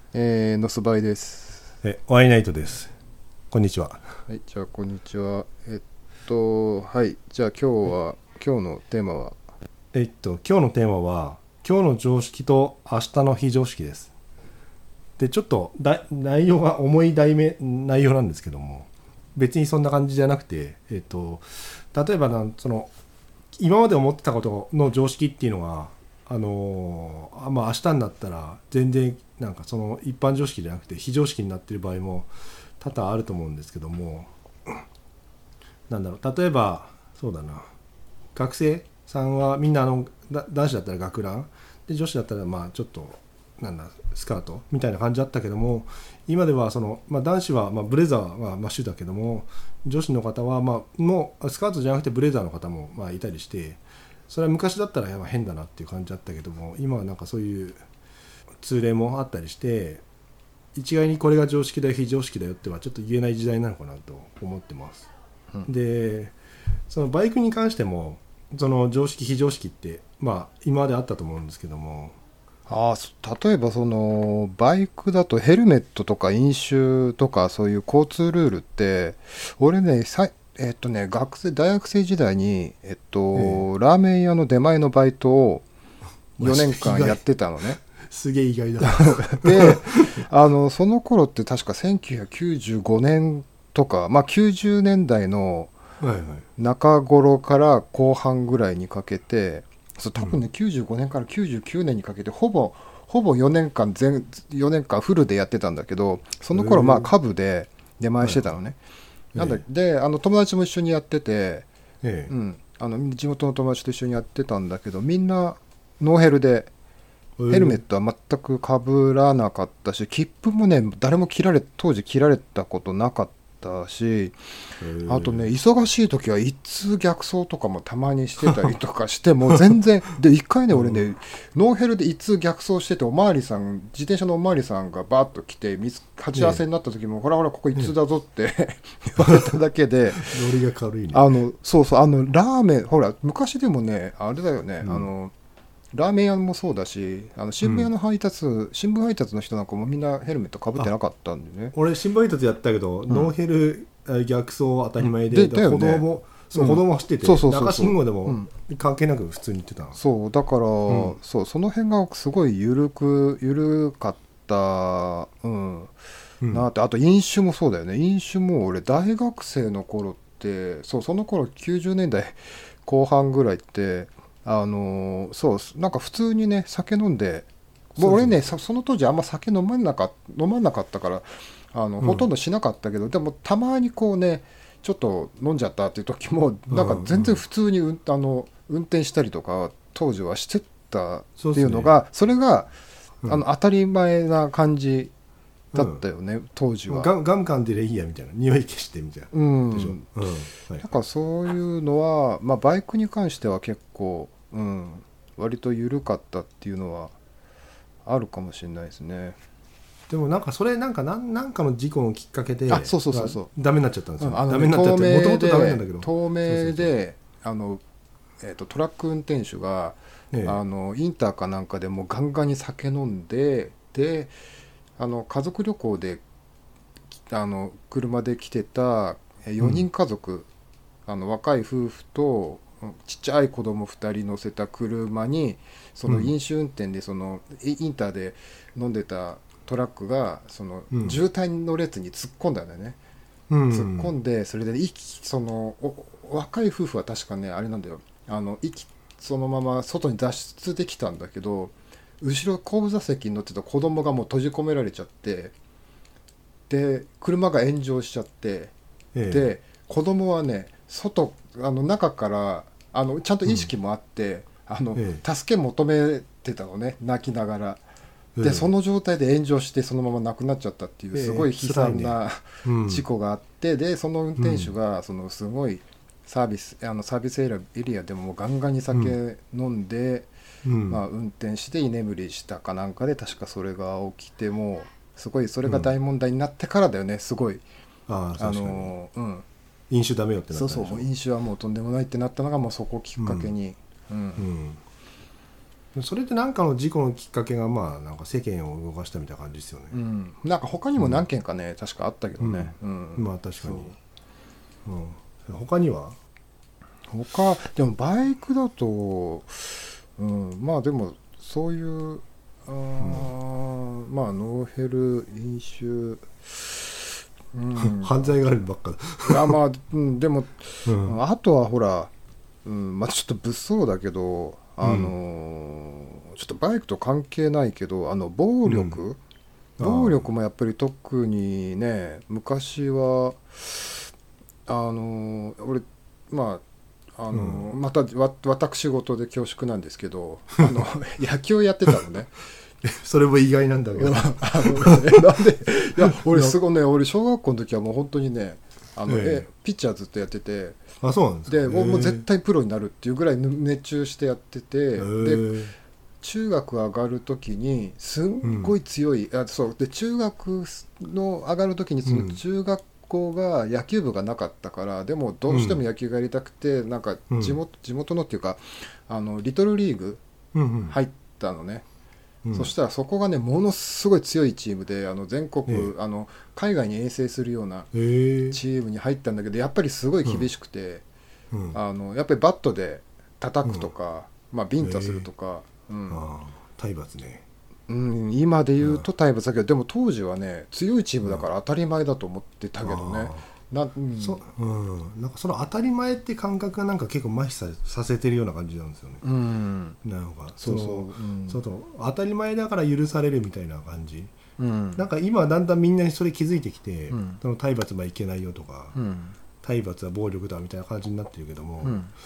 のすばいです。 ワイナイトです。こんにちは。 はい、じゃあこんにちは。はい、じゃあ今日のテーマは、 今日のテーマは今日の常識と明日の非常識です。で、ちょっと内容が重い内容なんですけども、別にそんな感じじゃなくて、例えば今まで思ってたことの常識っていうのが、明日になったら全然なんかその一般常識じゃなくて非常識になっている場合も多々あると思うんですけども、例えばそうだな、学生さんはみんな男子だったら学ランで、女子だったらちょっとスカートみたいな感じだったけども、今では男子はブレザーはマッシュだけども、女子の方はもうスカートじゃなくてブレザーの方もいたりして、それは昔だったら変だなっていう感じだったけども、今はなんかそういう通例もあったりして、一概にこれが常識だよ非常識だよってはちょっと言えない時代なのかなと思ってます。 うん、 で、そのバイクに関してもその常識非常識って今まであったと思うんですけども。 例えばそのバイクだとヘルメットとか飲酒とかそういう交通ルールって、俺ね、大学生時代に、ラーメン屋の出前のバイトを4年間やってたのね。 すげえ意外だで、その頃って確か1995年とか、90年代のはいはい。 中頃から後半ぐらいにかけて、多分ね、95年から99年にかけてほぼ4年間フルでやってたんだけど、その頃株で出前してたのね。なんだで、友達も一緒にやってて、 ええ地元の友達と一緒にやってたんだけど、みんなノーヘルで、ヘルメットは全くかぶらなかったし、切符もね、誰も当時切られたことなかったし、あとね、忙しい時は一通逆走とかもたまにしてたりとかして、もう全然、で、一回ね、俺ね、ノーヘルで一通逆走してて、自転車のおまわりさんがバーッと来て、鉢合わせになった時も、ほらほら、ここ一通だぞって言われただけで、 ノリが軽いね。 そうそう、ラーメン、ほら、昔でもね、あれだよね、ラーメン屋もそうだし、新聞配達の人なんかもみんなヘルメットかぶってなかったんでね。 俺新聞配達やったけど、ノーヘル逆走当たり前で、 だよね、 歩道も走ってて、 そう中信号でも関係なく普通に行ってたの。 そうだから、その辺がすごい緩かった、なって。あと飲酒もそうだよね。飲酒も俺大学生の頃って、その頃90年代後半ぐらいって、なんか普通にね、酒飲んで、もう俺ね、その当時あんま酒飲まなかったから、ほとんどしなかったけど、でもたまにこうね、ちょっと飲んじゃったっていう時も、なんか全然普通に運転したりとか当時はしてたっていうのが、それが当たり前な感じだったよね、当時は。 ガム噛んでりゃいいやみたいな、匂い消してみたいな、でしょ。 なんかそういうのは、バイクに関しては結構、割と緩かったっていうのはあるかもしれないですね。 でもなんかそれなんかの事故のきっかけでそうダメになっちゃったんですよ。 ダメになっちゃって、もともとダメなんだけど、 透明でトラック運転手が、インターかなんかでもうガンガンに酒飲んで、で家族旅行で車で来てた4人家族、若い夫婦とちっちゃい子供2人乗せた車に、その飲酒運転でインターで飲んでたトラックが渋滞の列に突っ込んだんだよね。突っ込んで、それで若い夫婦は確かね、あれなんだよ、そのまま外に脱出できたんだけど、後ろ後部座席に乗ってた子供がもう閉じ込められちゃって、で車が炎上しちゃって、で子供はね、中からちゃんと意識もあって、助け求めてたのね、泣きながら。でその状態で炎上してそのまま亡くなっちゃったっていうすごい悲惨な、事故があって、でその運転手がすごいサービスエリアでもガンガンに酒飲んで、運転して居眠りしたかなんかで確かそれが起きて、もうすごいそれが大問題になってからだよね、すごい。 飲酒ダメよってなったでしょ。 もう飲酒はもうとんでもないってなったのがもうそこをきっかけに。 それって何かの事故のきっかけがまあなんか世間を動かしたみたいな感じですよね、 なんか他にも何件かね、確かあったけどね、 まあ確かに、他にはでもバイクだと、まあでもそういうまあノーヘル飲酒、 犯罪があるばっかいやまあ、でも、あとはほら、まあちょっと物騒だけどちょっとバイクと関係ないけど暴力もやっぱり特にね、昔は俺まあまた私事で恐縮なんですけど野球やってたのねそれも意外なんだけどなんでいや俺すごいね、俺小学校の時はもう本当にねピッチャーずっとやってて、 そうなんですか。 でもう絶対プロになるっていうぐらい熱中してやってて、で中学上がる時にすんごい強い、そうで中学の上がる時にその中学校が野球部がなかったから、でもどうしても野球がやりたくて、なんか地元のっていうかリトルリーグ入ったのね、そしたらそこがねものすごい強いチームで全国、海外に遠征するようなチームに入ったんだけど、やっぱりすごい厳しくて、やっぱりバットで叩くとか、ビンタするとか、 体罰ね、 今で言うと体罰だけど、でも当時はね強いチームだから当たり前だと思ってたけどね、 なんかその当たり前って感覚がなんか結構麻痺させてるような感じなんですよね、なんか当たり前だから許されるみたいな感じ、なんか今だんだんみんなにそれ気づいてきて、その体罰はいけないよとか、体罰は暴力だみたいな感じになってるけども、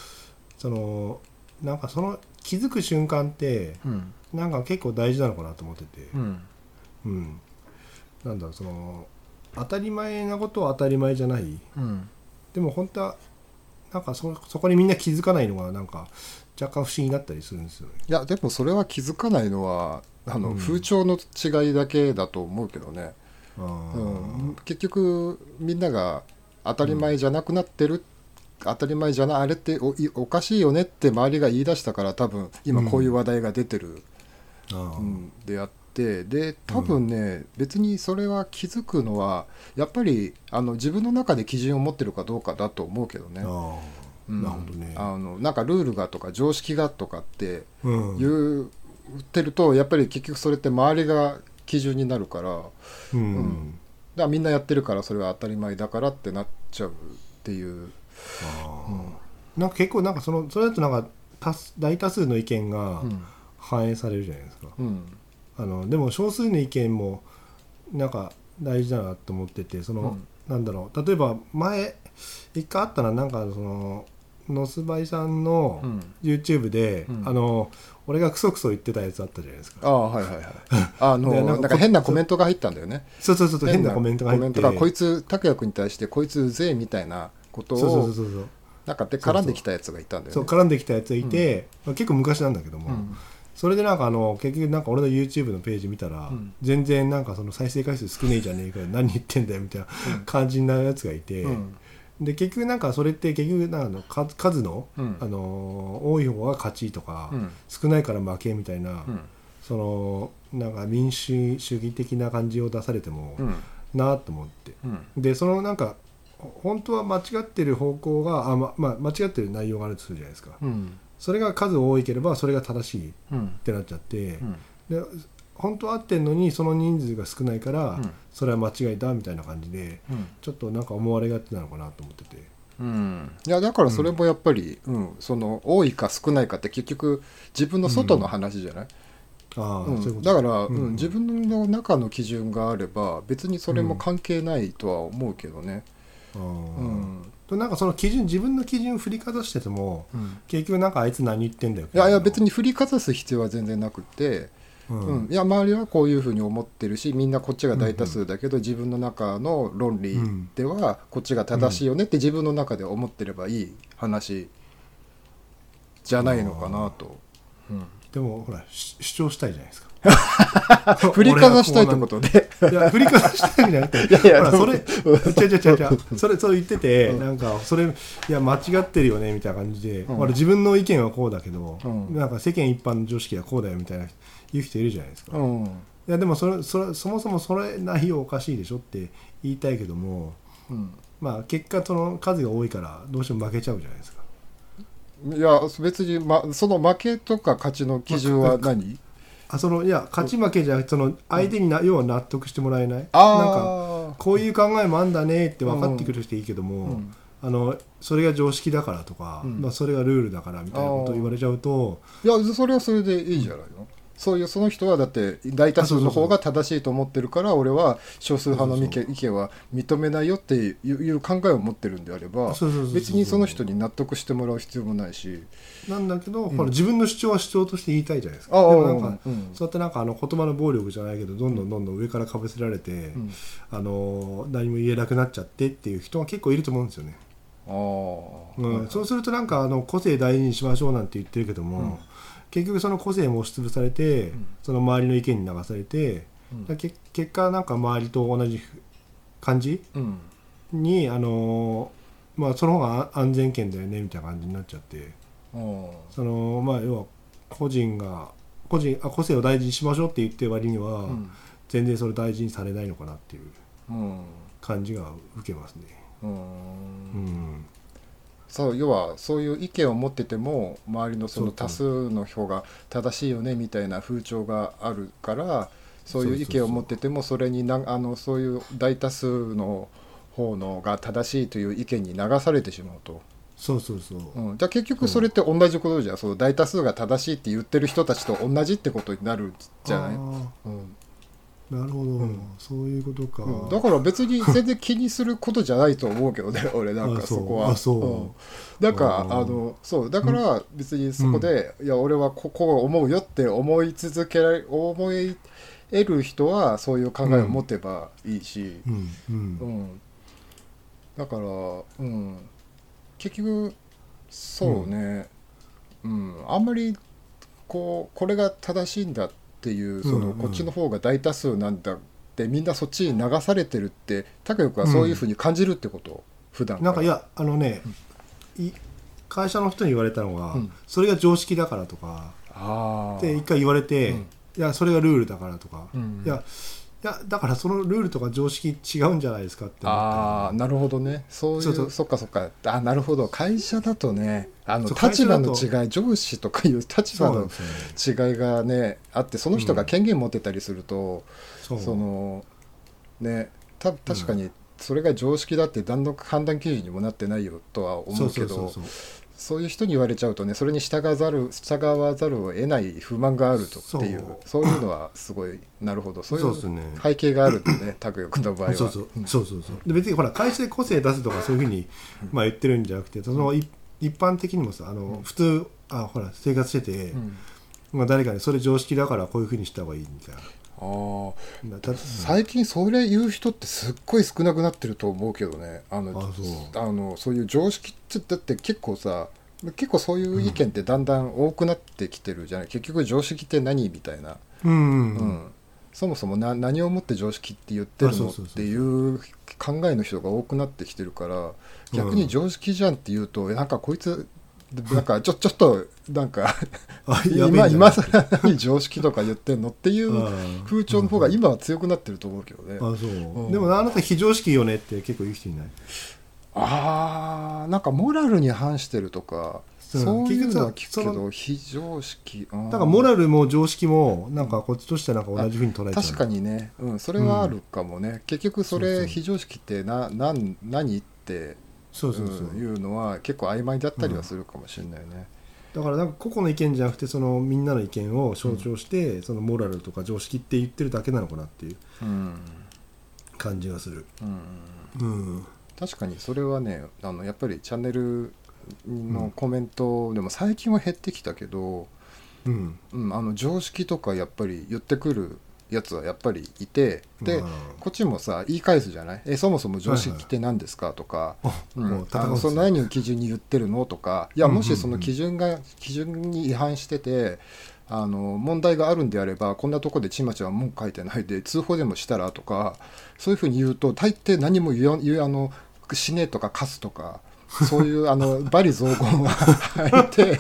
なんかその気づく瞬間って、なんか結構大事なのかなと思ってて、なんだろう、その当たり前なことは当たり前じゃない、でも本当はなんかそこにみんな気づかないのがなんか若干不思議だったりするんですよね。 いやでもそれは気づかないのは風潮の違いだけだと思うけどね、結局みんなが当たり前じゃなくなってる、当たり前じゃない、あれっておかしいよねって周りが言い出したから、多分今こういう話題が出てる、であって、で多分ね、別にそれは気づくのはやっぱり自分の中で基準を持ってるかどうかだと思うけどね。 なるほどね。 なんかルールがとか常識がとかって言ってると、やっぱり結局それって周りが基準になるから、だからみんなやってるからそれは当たり前だからってなっちゃうっていう。 なんか結構なんかそれだとなんか大多数の意見が反映されるじゃないですか、でも少数の意見もなんか大事だなと思ってて、なんだろう、例えば前一回あったな、なんかノスバイさんの YouTube で、俺がクソクソ言ってたやつあったじゃないですか。なんか変なコメントが入ったんだよね。そう変なコメントが入って、 こいつ拓也君に対してこいつうぜえみたいなことをなんかで絡んできたやつがいたんだよね。 絡んできたやつがいて、結構昔なんだけども、それでなんか結局なんか俺の YouTube のページ見たら、全然なんかその再生回数少ねえじゃねえかよ、何言ってんだよみたいな感じになるやつがいて、で結局なんかそれって結局なんか数の、多い方が勝ちとか、少ないから負けみたいな、なんか民主主義的な感じを出されても、なと思って、でなんか本当は間違ってる方向が間違ってる内容があるとするじゃないですか、それが数多いければそれが正しいってなっちゃって、で本当は合ってんのにその人数が少ないから、それは間違いだみたいな感じで、ちょっとなんか思われがちなのかなと思ってて、 いやだからそれもやっぱり、その多いか少ないかって結局自分の外の話じゃない、だから、自分の中の基準があれば別にそれも関係ないとは思うけどね。 なんかその自分の基準振りかざしてても、結局なんかあいつ何言ってんだよ。 いや別に振りかざす必要は全然なくて、いや周りはこういうふうに思ってるし、みんなこっちが大多数だけど、自分の中の論理ではこっちが正しいよねって自分の中で思ってればいい話じゃないのかなと。 でもほら主張したいじゃないですか。 振りかざしたいってことでいや振りかざしたいんじゃなくてほらそれそれ言ってて、なんかそれいや間違ってるよねみたいな感じで、自分の意見はこうだけど、なんか世間一般の常識はこうだよみたいな言う人いるじゃないですか、いやでもそもそもそれ内容おかしいでしょって言いたいけども、まあ結果その数が多いからどうしても負けちゃうじゃないですか。 いや別に、その負けとか勝ちの基準は何？ いや勝ち負けじゃなくてその相手に要は納得してもらえない、なんかこういう考えもあんだねって分かってくる人いいけども、それが常識だからとか、それがルールだからみたいなことを言われちゃうと、 いやそれはそれでいいじゃないの。その人はだって大多数の方が正しいと思ってるから、俺は少数派の意見は認めないよっていう考えを持ってるんであれば、別にその人に納得してもらう必要もないし、 なんだけど、ほら自分の主張は主張として言いたいじゃないですか。でもなんか、そうやってなんか言葉の暴力じゃないけどどんどん上からかぶせられて、何も言えなくなっちゃってっていう人が結構いると思うんですよね。そうするとなんか個性大事にしましょうなんて言ってるけども、結局その個性も押しつぶされて、その周りの意見に流されて、結果なんか周りと同じ感じ、にその方が安全圏だよねみたいな感じになっちゃって、要は個性を大事にしましょうって言ってる割には、全然それ大事にされないのかなっていう感じが受けますね。 そう要はそういう意見を持ってても周りのその多数の票が正しいよねみたいな風潮があるから、そういう意見を持っててもそれにそういう大多数の方のが正しいという意見に流されてしまうと、じゃあ結局それって同じことじゃん。その大多数が正しいって言ってる人たちと同じってことになるじゃない。 なるほど、そういうことか、 だから別に全然気にすることじゃないと思うけどね俺なんかそこはだからそうだから別にそこで、いや俺はこう思うよって思い得る人はそういう考えを持てばいいし、だから結局そうね、あんまりこれが正しいんだっていうこっちの方が大多数なんだってみんなそっちに流されてるって高くはそういうふうに感じるってこと、普段から。 なんかいや会社の人に言われたのが、それが常識だからとかって一回言われて、いやそれがルールだからとか、いやだからそのルールとか常識違うんじゃないですかって思った。 なるほどね。そっかなるほど。会社だとね立場の違い、上司とかいう立場の違いがねあって、その人が権限持ってたりすると、確かにそれが常識だって何の判断基準にもなってないよとは思うけど、そういう人に言われちゃうとね、それに従わざるを得ない不満があるとっていう、そういうのはすごいなるほど、そういう背景があるんだね、拓也君の場合は。 で別にほら会社で個性出すとかそういうふうに言ってるんじゃなくて、その一般的にもさ普通ほら生活してて、誰かにそれ常識だからこういうふうにした方がいいみたいな。 最近それ言う人ってすっごい少なくなってると思うけどね。そういう常識ってだって結構そういう意見ってだんだん多くなってきてるじゃない。結局常識って何みたいな、そもそも何をもって常識って言ってるのっていう考えの人が多くなってきてるから、逆に常識じゃんって言うとなんかこいつなんかちょっとなんか今更何常識とか言ってんのっていう風潮の方が今は強くなってると思うけどね。 でもあなた非常識よねって結構言う人いない？ なんかモラルに反してるとか、そういうのは聞くけど非常識だからモラルも常識もなんかこっちとしてはなんか同じ風に捉えちゃう。 確かにね、それはあるかもね。結局それ非常識って何っていうのは結構曖昧だったりはするかもしれないね。 だからなんか個々の意見じゃなくてそのみんなの意見を象徴して、そのモラルとか常識って言ってるだけなのかなっていう感じがする。 確かにそれはねやっぱりチャンネルのコメントでも最近は減ってきたけど、常識とかやっぱり言ってくるやつはやっぱりいて、でこっちもさ言い返すじゃない。そもそも常識って何ですかとか、その何を基準に言ってるのとか、いやもしその基準に違反してて問題があるんであればこんなとこでちまちま文句書いてないで通報でもしたらとかそういうふうに言うと大抵何も死ねとか貸すとかそういう罵詈雑言が入って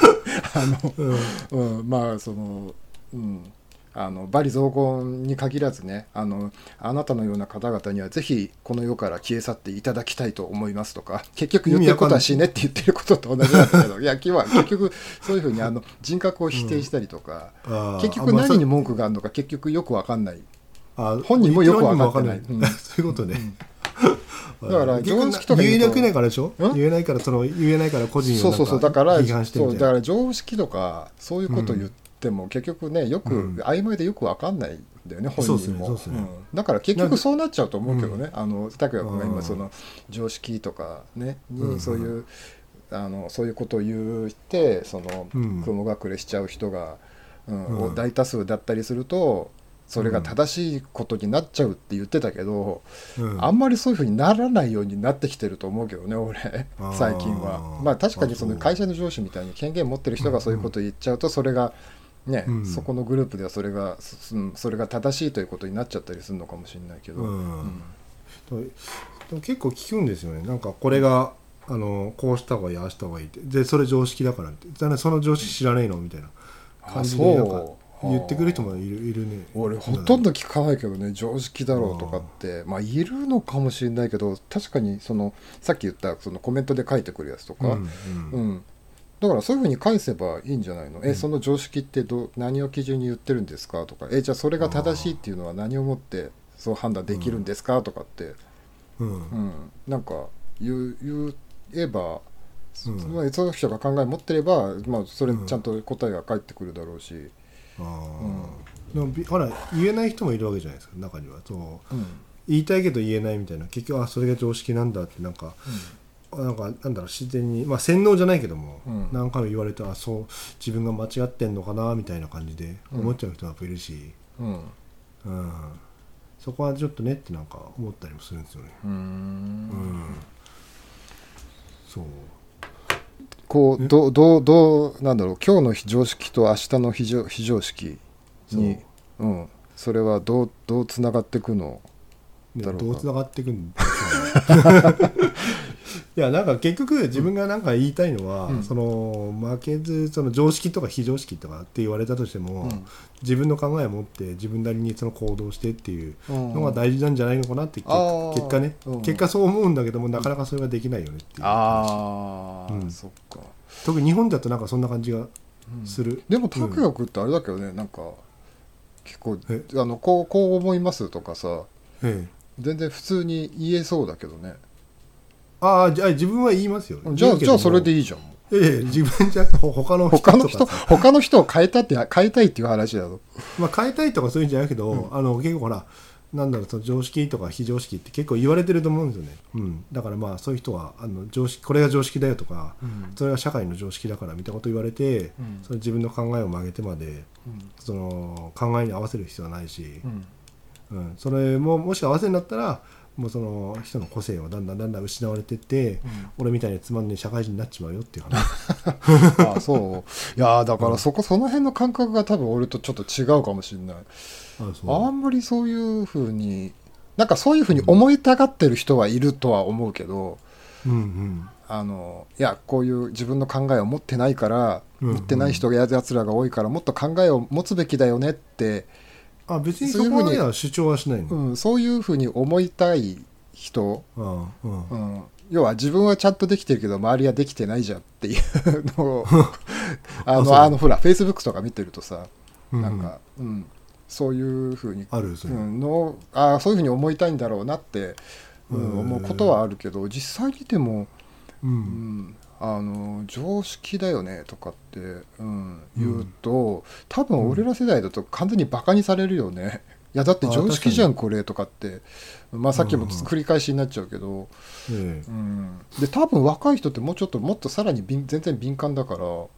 まあその罵詈雑言に限らずねあなたのような方々にはぜひこの世から消え去っていただきたいと思いますとか結局言ってることは死ねって言ってることと同じなんだけどいや結局そういうふうに人格を否定したりとか、結局何に文句があるのか結局よく分かんない、本人もよく分かってない、 そういうことね、 だから常識とか言えなくないからでしょ、言えないから個人を批判してみたいな、 だから常識とかそういうことを言ってでも結局ねよく曖昧でよく分かんないんだよね、本人も、だから結局そうなっちゃうと思うけどね、拓也君が今その常識とかねにそういうそういうことを言ってその雲隠れしちゃう人が大多数だったりするとそれが正しいことになっちゃうって言ってたけど、あんまりそういうふうにならないようになってきてると思うけどね俺最近は。まあ確かにその会社の上司みたいに権限持ってる人がそういうことを言っちゃうとそれがね、そこのグループではそれが正しいということになっちゃったりするのかもしれないけど、 でも結構聞くんですよね。なんかこれがこうした方がいいああした方がいいってでそれ常識だからってその常識知らねえのみたいな感じでなんか言ってくる人もいるね。 俺ほとんど聞かないけどね常識だろうとかってまあいるのかもしれないけど確かにそのさっき言ったそのコメントで書いてくるやつとか、だからそういうふうに返せばいいんじゃないの、その常識って何を基準に言ってるんですかとかじゃあそれが正しいっていうのは何をもってそう判断できるんですかとかって、なんか言えば、その人が考え持ってれば、まあ、それちゃんと答えが返ってくるだろうし、 でもほら言えない人もいるわけじゃないですか中にはそう、言いたいけど言えないみたいな結局それが常識なんだってなんかなんだろう自然に、まあ、洗脳じゃないけども、何回も言われてそう自分が間違ってんのかなみたいな感じで思っちゃう人もいるし、そこはちょっとねってなんか思ったりもするんですよね。そうこうなんだろう今日の非常識と明日の非常識にそれはどうつながっていくのだろうか、 どうつながっていくんだいやなんか結局自分がなんか言いたいのは、その負けずその常識とか非常識とかって言われたとしても、自分の考えを持って自分なりにその行動してっていうのが大事なんじゃないのかなって結果ね、結果そう思うんだけどもなかなかそれができないよねっていう話。 そっか。 特に日本だとなんかそんな感じがする。 でも拓也君ってあれだけどね、なんか結構こう思いますとかさ、全然普通に言えそうだけどね。 じゃあ自分は言いますよ。 じゃあそれでいいじゃん。 自分じゃなくて他の人を変えたいっていう話だと。 まあ変えたいとかそういうんじゃないけど、結構ほらなんだろうその常識とか非常識って結構言われてると思うんですよね。だからまあそういう人は常識これが常識だよとか、それが社会の常識だからみたいなこと言われて、その自分の考えを曲げてまで、その考えに合わせる必要はないし、それももし合わせるんだったらもうその人の個性はだんだん失われていって、俺みたいにつまんねえ社会人になっちまうよっていう話。そういやだからその辺の感覚が多分俺とちょっと違うかもしれない。あんまりそういうふうになんかそういうふうに思いたがってる人はいるとは思うけど、いやこういう自分の考えを持ってないから、持ってない人がやつらが多いからもっと考えを持つべきだよねって別にそこは主張はしないの、 そういうふうに思いたい人、要は自分はちゃんとできてるけど周りはできてないじゃんっていうのをほらフェイスブックとか見てるとさ、なんか、そういうふうにそういうふうに思いたいんだろうなって思うことはあるけど、実際にでも、常識だよねとかって、言うと多分俺ら世代だと完全にバカにされるよね。いやだって常識じゃんこれとかって、さっきも繰り返しになっちゃうけど、で多分若い人ってもっとさらに全然敏感だから、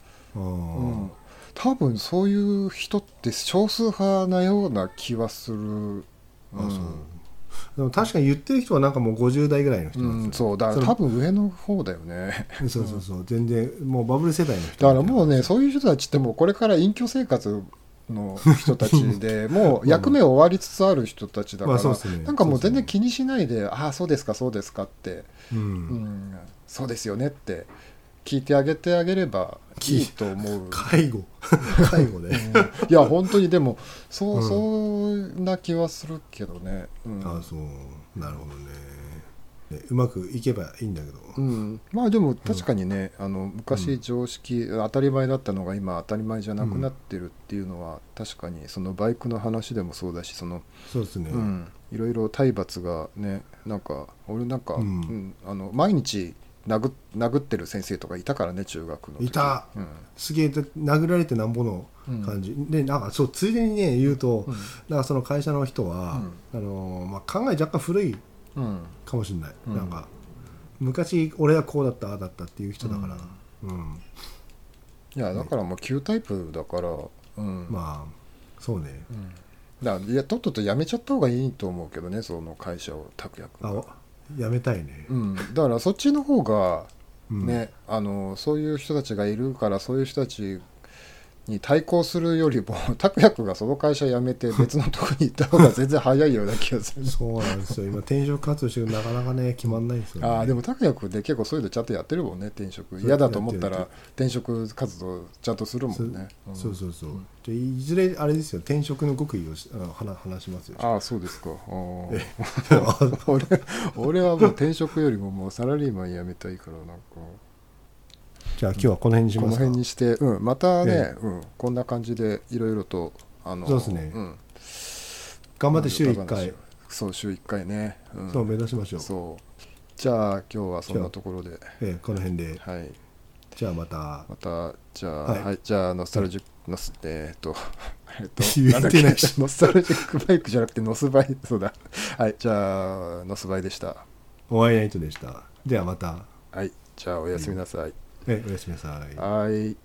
多分そういう人って少数派なような気はする。 でも確かに言ってる人はなんかもう50代ぐらいの人なんですよ、 そうだから多分上の方だよね。 そう全然もうバブル世代の人だからもうねそういう人たちってもうこれから隠居生活の人たちでもう役目終わりつつある人たちだから、なんかもう全然気にしないで、ああそうですかそうですかって、そうですよねって聞いてあげればいいと思う。 介護ね、 いや本当にでもそんな気はするけどね。 ああそうなるほどね。うまくいけばいいんだけど、 まあでも確かにね、昔常識、当たり前だったのが今当たり前じゃなくなってるっていうのは、確かにそのバイクの話でもそうだし、そうですね、 いろいろ体罰がね、なんか俺なんか、毎日殴ってる先生とかいたからね、中学の時。 いた、すげえ殴られてなんぼの感じ、でなんかそうついでにね言うと、なんかその会社の人は、考え若干古いかもしれない、なんか昔俺はこうだったああだったっていう人だから、 いやだからもう旧タイプだから、 まあそうね、 いやとっとと辞めちゃった方がいいと思うけどね、その会社を拓也君は。 辞めたいね、 だからそっちの方がね、そういう人たちがいるから、そういう人たちに対抗するよりも拓也君がその会社辞めて別のところに行った方が全然早いような気がする。 そうなんですよ、今転職活動してるけどなかなかね決まんないんですよね。 でも拓也君で結構そういうのちゃんとやってるもんね。転職嫌だと思ったら転職活動ちゃんとするもんね。 そうじゃいずれあれですよ、転職の極意を話しますよ。 そうですか。俺はもう転職よりももうサラリーマン辞めたいから、なんかじゃあ今日はこの辺にしますか。 この辺にして、またね、こんな感じでいろいろとそうですね、頑張って週1回、 そう週1回ね、 そう目指しましょう。 そうじゃあ今日はそんなところで、 この辺で、じゃあまたじゃあ、じゃあノスタルジックノス言ってないしノスタルジックバイクじゃなくてノスバイ、そうだ、じゃあノスバイでした。 お会いナイトでした。ではまた。 じゃあおやすみなさい。 おやすみなさい。 はい。